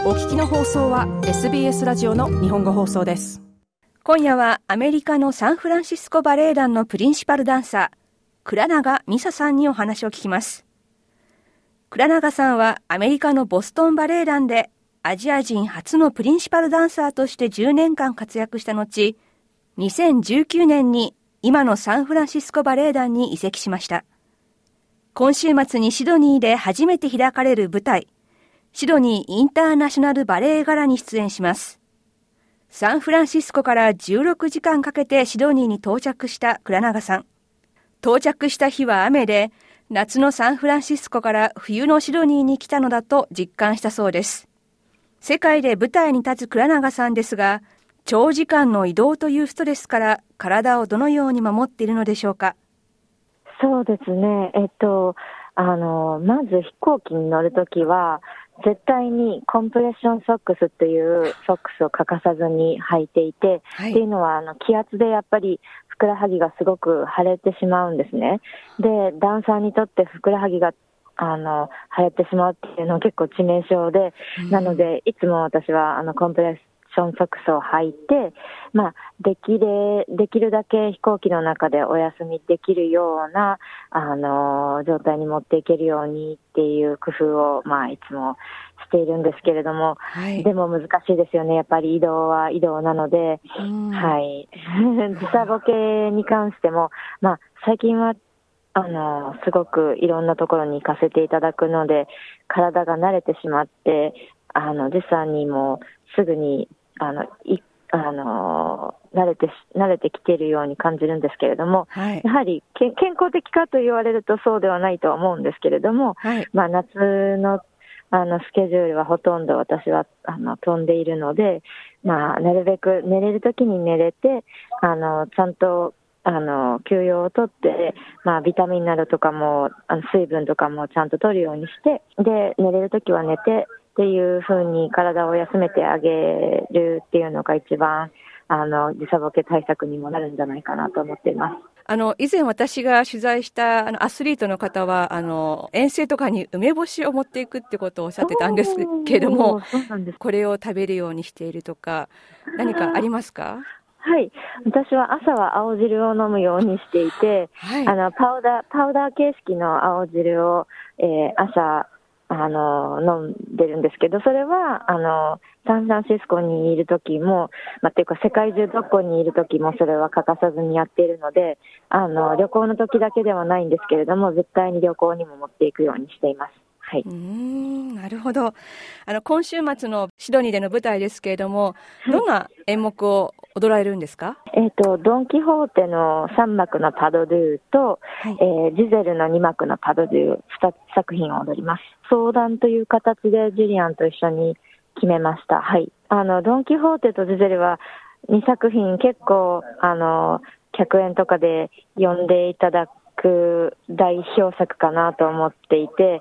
お聞きの放送は SBS ラジオの日本語放送です。今夜はアメリカのサンフランシスコバレエ団のプリンシパルダンサー、倉永美沙さんにお話を聞きます。倉永さんはアメリカのボストンバレエ団でアジア人初のプリンシパルダンサーとして10年間活躍した後、2019年に今のサンフランシスコバレエ団に移籍しました。今週末にシドニーで初めて開かれる舞台、シドニーインターナショナルバレエガラに出演します。サンフランシスコから16時間かけてシドニーに到着した倉永さん。到着した日は雨で、夏のサンフランシスコから冬のシドニーに来たのだと実感したそうです。世界で舞台に立つ倉永さんですが、長時間の移動というストレスから体をどのように守っているのでしょうか。 そうですね。まず飛行機に乗るときは、絶対にコンプレッションソックスというソックスを欠かさずに履いていて、っていうのは気圧でやっぱりふくらはぎがすごく腫れてしまうんですね。で、ダンサーにとってふくらはぎが腫れてしまうっていうのは結構致命傷で、なのでいつも私はコンプレッションソックスを履いて、できるだけ飛行機の中でお休みできるような状態に持っていけるようにっていう工夫をいつもしているんですけれども、でも難しいですよね。やっぱり移動は移動なので、時差ボケに関しても、最近はすごくいろんなところに行かせていただくので、体が慣れてしまって、時差にもすぐに慣れてきているように感じるんですけれども、やはり健康的かと言われるとそうではないとは思うんですけれども、夏のスケジュールはほとんど私は飛んでいるので、なるべく寝れるときに寝れて、ちゃんと休養をとって、ビタミンなどとかも水分とかもちゃんと取るようにして、で寝れるときは寝てっていう風に体を休めてあげるっていうのが一番時差ボケ対策にもなるんじゃないかなと思っています。 以前私が取材したアスリートの方は遠征とかに梅干しを持っていくってことをおっしゃってたんですけれども、これを食べるようにしているとか何かありますか？ はい。私は朝は青汁を飲むようにしていて、パウダー形式の青汁を、朝飲んでるんですけど、それはサンフランシスコにいるときも、っていうか世界中どこにいるときもそれは欠かさずにやっているので、旅行のときだけではないんですけれども、絶対に旅行にも持っていくようにしています。 なるほど。今週末のシドニーでの舞台ですけれども、どんな演目を踊られるんですか？ ドン・キホーテの3幕のパドドゥと、ジゼルの2幕のパドドゥ2作品を踊ります。相談という形でジュリアンと一緒に決めました。ドン・キホーテとジゼルは2作品結構客演とかで呼んでいただく代表作かなと思っていて、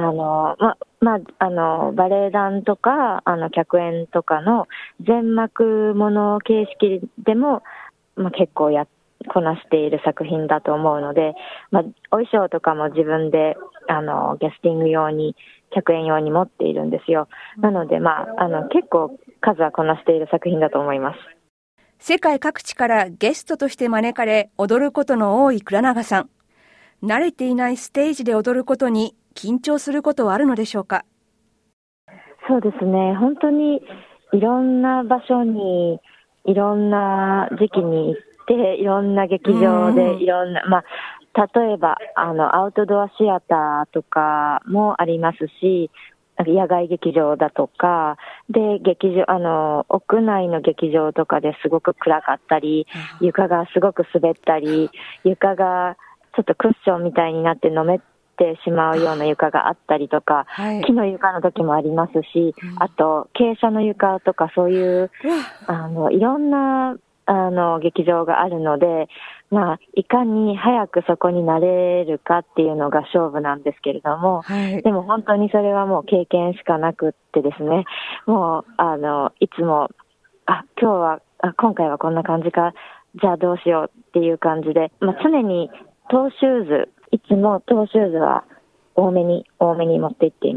バレエ団とか客演とかの全幕もの形式でも、結構こなしている作品だと思うので、お衣装とかも自分でゲスティング用に客演用に持っているんですよ。なので結構数はこなしている作品だと思います。 世界各地からゲストとして招かれ踊ることの多い倉永さん。慣れていないステージで踊ることに緊張することはあるのでしょうか？ そうですね。本当にいろんな場所にいろんな時期に行っていろんな劇場でいろんな、例えばアウトドアシアターとかもありますし、野外劇場だとかで屋内の劇場とかですごく暗かったり、床がすごく滑ったり、床がちょっとクッションみたいになってのめってしまうような床があったりとか、木の床の時もありますし、あと傾斜の床とかそういういろんな劇場があるので、いかに早くそこに慣れるかっていうのが勝負なんですけれども、でも本当にそれはもう経験しかなくってですね、もういつも今回はこんな感じか、じゃあどうしようっていう感じで、常にトーシューズ、いつもトーシューズは多めに持って行っています。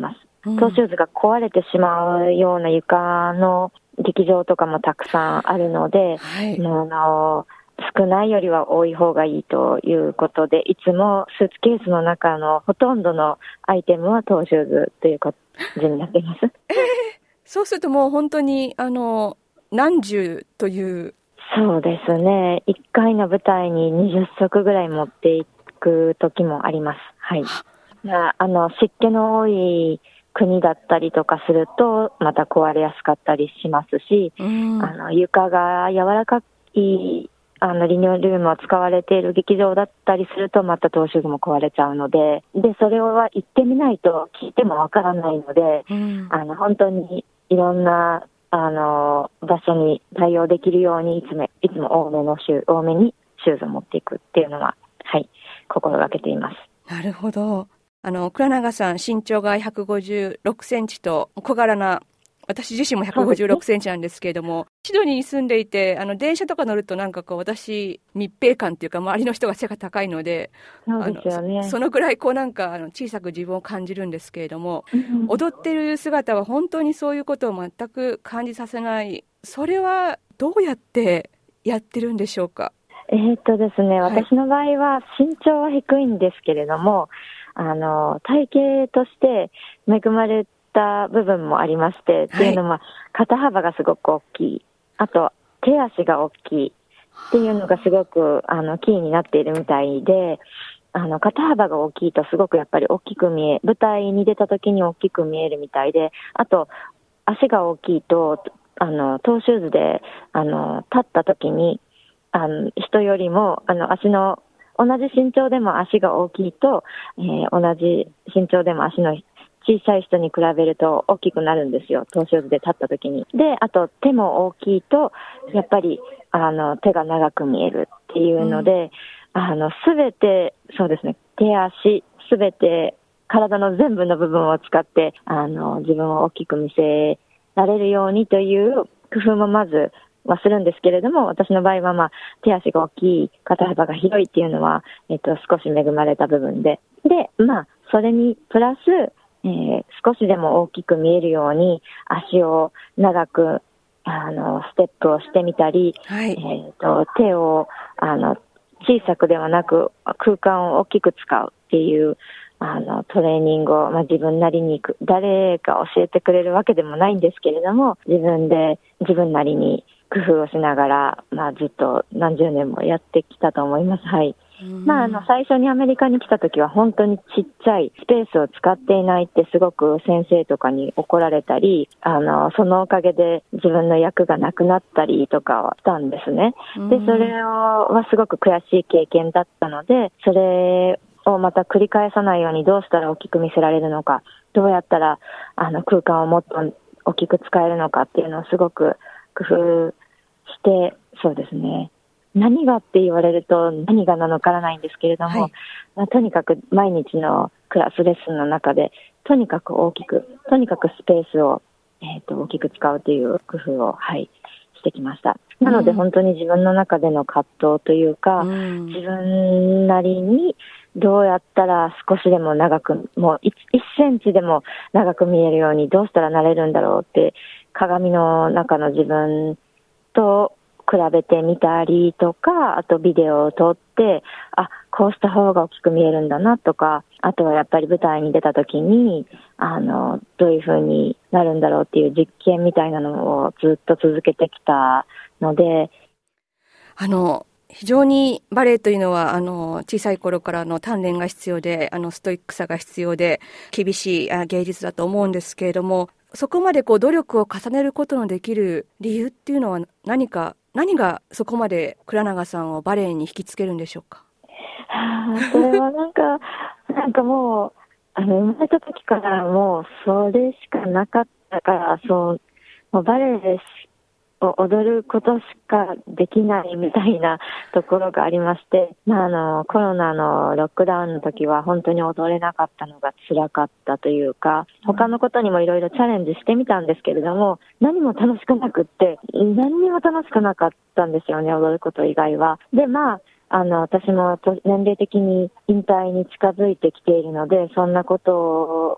トーシューズが壊れてしまうような床の劇場とかもたくさんあるので、 はい、 少ないよりは多い方がいいということで、いつもスーツケースの中のほとんどのアイテムはトーシューズという感じになっています。 そうするともう本当に何十という。 そうですね。1回の舞台に20足ぐらい持っていく時もあります。はい。湿気の多い国だったりとかすると、また壊れやすかったりしますし、床が柔らかい、リニュールームを使われている劇場だったりすると、またトーシューズも壊れちゃうので、それは行ってみないと聞いてもわからないので、本当にいろんな、場所に対応できるように、いつも多めにシューズを持っていくっていうのは、はい、心がけています。 なるほど。倉永さん、身長が156センチと小柄な、私自身も156センチなんですけれども、シドニーに住んでいて、電車とか乗るとなんかこう、私、密閉感っていうか、周りの人が背が高いので、 そうですよね。 そのぐらいこうなんか小さく自分を感じるんですけれども、踊ってる姿は本当にそういうことを全く感じさせない。それはどうやってやってるんでしょうか？ ですね、私の場合は身長は低いんですけれども、体型として恵まれた部分もありまして、っていうのは肩幅がすごく大きい、あと手足が大きいっていうのがすごくキーになっているみたいで、肩幅が大きいとすごくやっぱり大きく舞台に出た時に大きく見えるみたいで、あと足が大きいとトーシューズで立った時に人よりも同じ身長でも足が大きいと、同じ身長でも足の小さい人に比べると大きくなるんですよ、トーシューズで立った時に。で、あと手も大きいと、やっぱり手が長く見えるっていうので、すべて、そうですね、手足、すべて体の全部の部分を使って、自分を大きく見せられるようにという工夫もまず、はするんですけれども、私の場合は手足が大きい、肩幅が広いっていうのは、少し恵まれた部分で。で、それにプラス、少しでも大きく見えるように足を長く、ステップをしてみたり、 はい、 手を、小さくではなく空間を大きく使うっていう、トレーニングを、自分なりに誰が教えてくれるわけでもないんですけれども、自分なりに工夫をしながら、ずっと何十年もやってきたと思います。はい。最初にアメリカに来た時は本当にちっちゃいスペースを使っていないってすごく先生とかに怒られたり、そのおかげで自分の役がなくなったりとかはしたんですね。で、それはすごく悔しい経験だったので、それをまた繰り返さないようにどうしたら大きく見せられるのか、どうやったら空間をもっと大きく使えるのかっていうのをすごく工夫して、そうですね。何がって言われると何がなのかわからないんですけれども、とにかく毎日のクラスレッスンの中で、とにかくスペースを、大きく使うという工夫を、してきました。なので本当に自分の中での葛藤というか、自分なりにどうやったら少しでも長く、もう 1センチでも長く見えるようにどうしたらなれるんだろうって、鏡の中の自分と比べてみたりとか、あとビデオを撮って、こうした方が大きく見えるんだなとか、あとはやっぱり舞台に出た時に、どういう風になるんだろうっていう実験みたいなのをずっと続けてきたので、 非常にバレエというのは小さい頃からの鍛錬が必要でストイックさが必要で厳しい芸術だと思うんですけれども、そこまで努力を重ねることのできる理由っていうのは何がそこまで倉永さんをバレエに引きつけるんでしょうか？ それはなんかもう生まれた時からもうそれしかなかったから、もうバレエを踊ることしかできないみたいなところがありまして、コロナのロックダウンの時は本当に踊れなかったのが辛かったというか、他のことにもいろいろチャレンジしてみたんですけれども、何も楽しくなくって、何にも楽しくなかったんですよね、踊ること以外は。で、私も年齢的に引退に近づいてきているので、そんなこと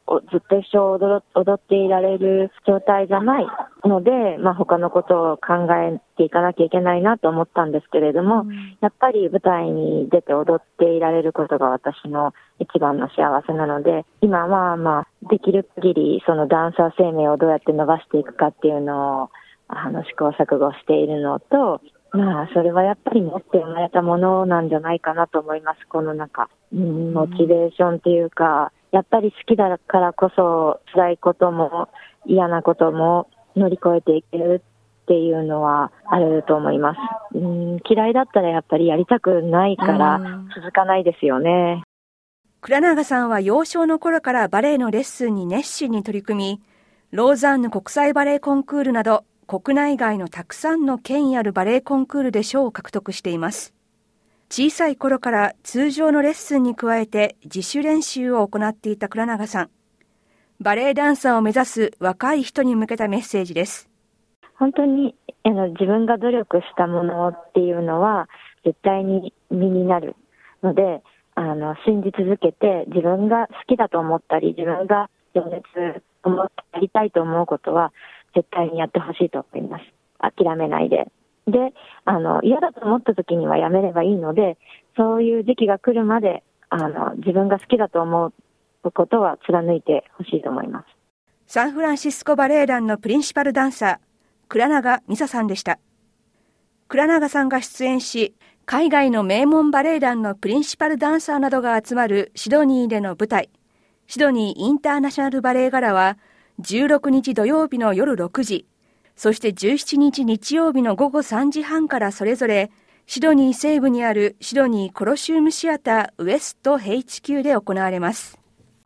ずっと一生踊っていられる状態じゃないので、他のことを考えていかなきゃいけないなと思ったんですけれども、やっぱり舞台に出て踊っていられることが私の一番の幸せなので、今はできる限りそのダンサー生命をどうやって伸ばしていくかっていうのを試行錯誤しているのと、それはやっぱり持って生まれたものなんじゃないかなと思います。このモチベーションっていうか、やっぱり好きだからこそ辛いことも嫌なことも乗り越えていけるっていうのはあると思います。嫌いだったらやっぱりやりたくないから続かないですよね。 倉永さんは幼少の頃からバレエのレッスンに熱心に取り組み、ローザンヌ国際バレエコンクールなど国内外のたくさんの権威あるバレエコンクールで賞を獲得しています。小さい頃から通常のレッスンに加えて自主練習を行っていた倉永さん。バレエダンサーを目指す若い人に向けたメッセージです。 本当に自分が努力したものっていうのは絶対に身になるので、信じ続けて自分が好きだと思ったり、自分が情熱を持ってやりたいと思うことは絶対にやってほしいと思います。諦めないで。で、嫌だと思った時にはやめればいいので、そういう時期が来るまで、自分が好きだと思うことは貫いてほしいと思います。 サンフランシスコバレエ団のプリンシパルダンサー、倉永美沙さんでした。倉永さんが出演し、海外の名門バレエ団のプリンシパルダンサーなどが集まるシドニーでの舞台、シドニーインターナショナルバレエガラは、16日土曜日の夜6時、そして17日日曜日の午後3時半からそれぞれ、シドニー西部にあるシドニーコロシウムシアターウエスト HQ で行われます。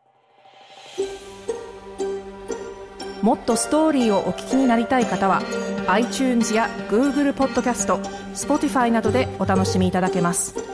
もっとストーリーをお聞きになりたい方は iTunes や Google ポッドキャスト、Spotify などでお楽しみいただけます。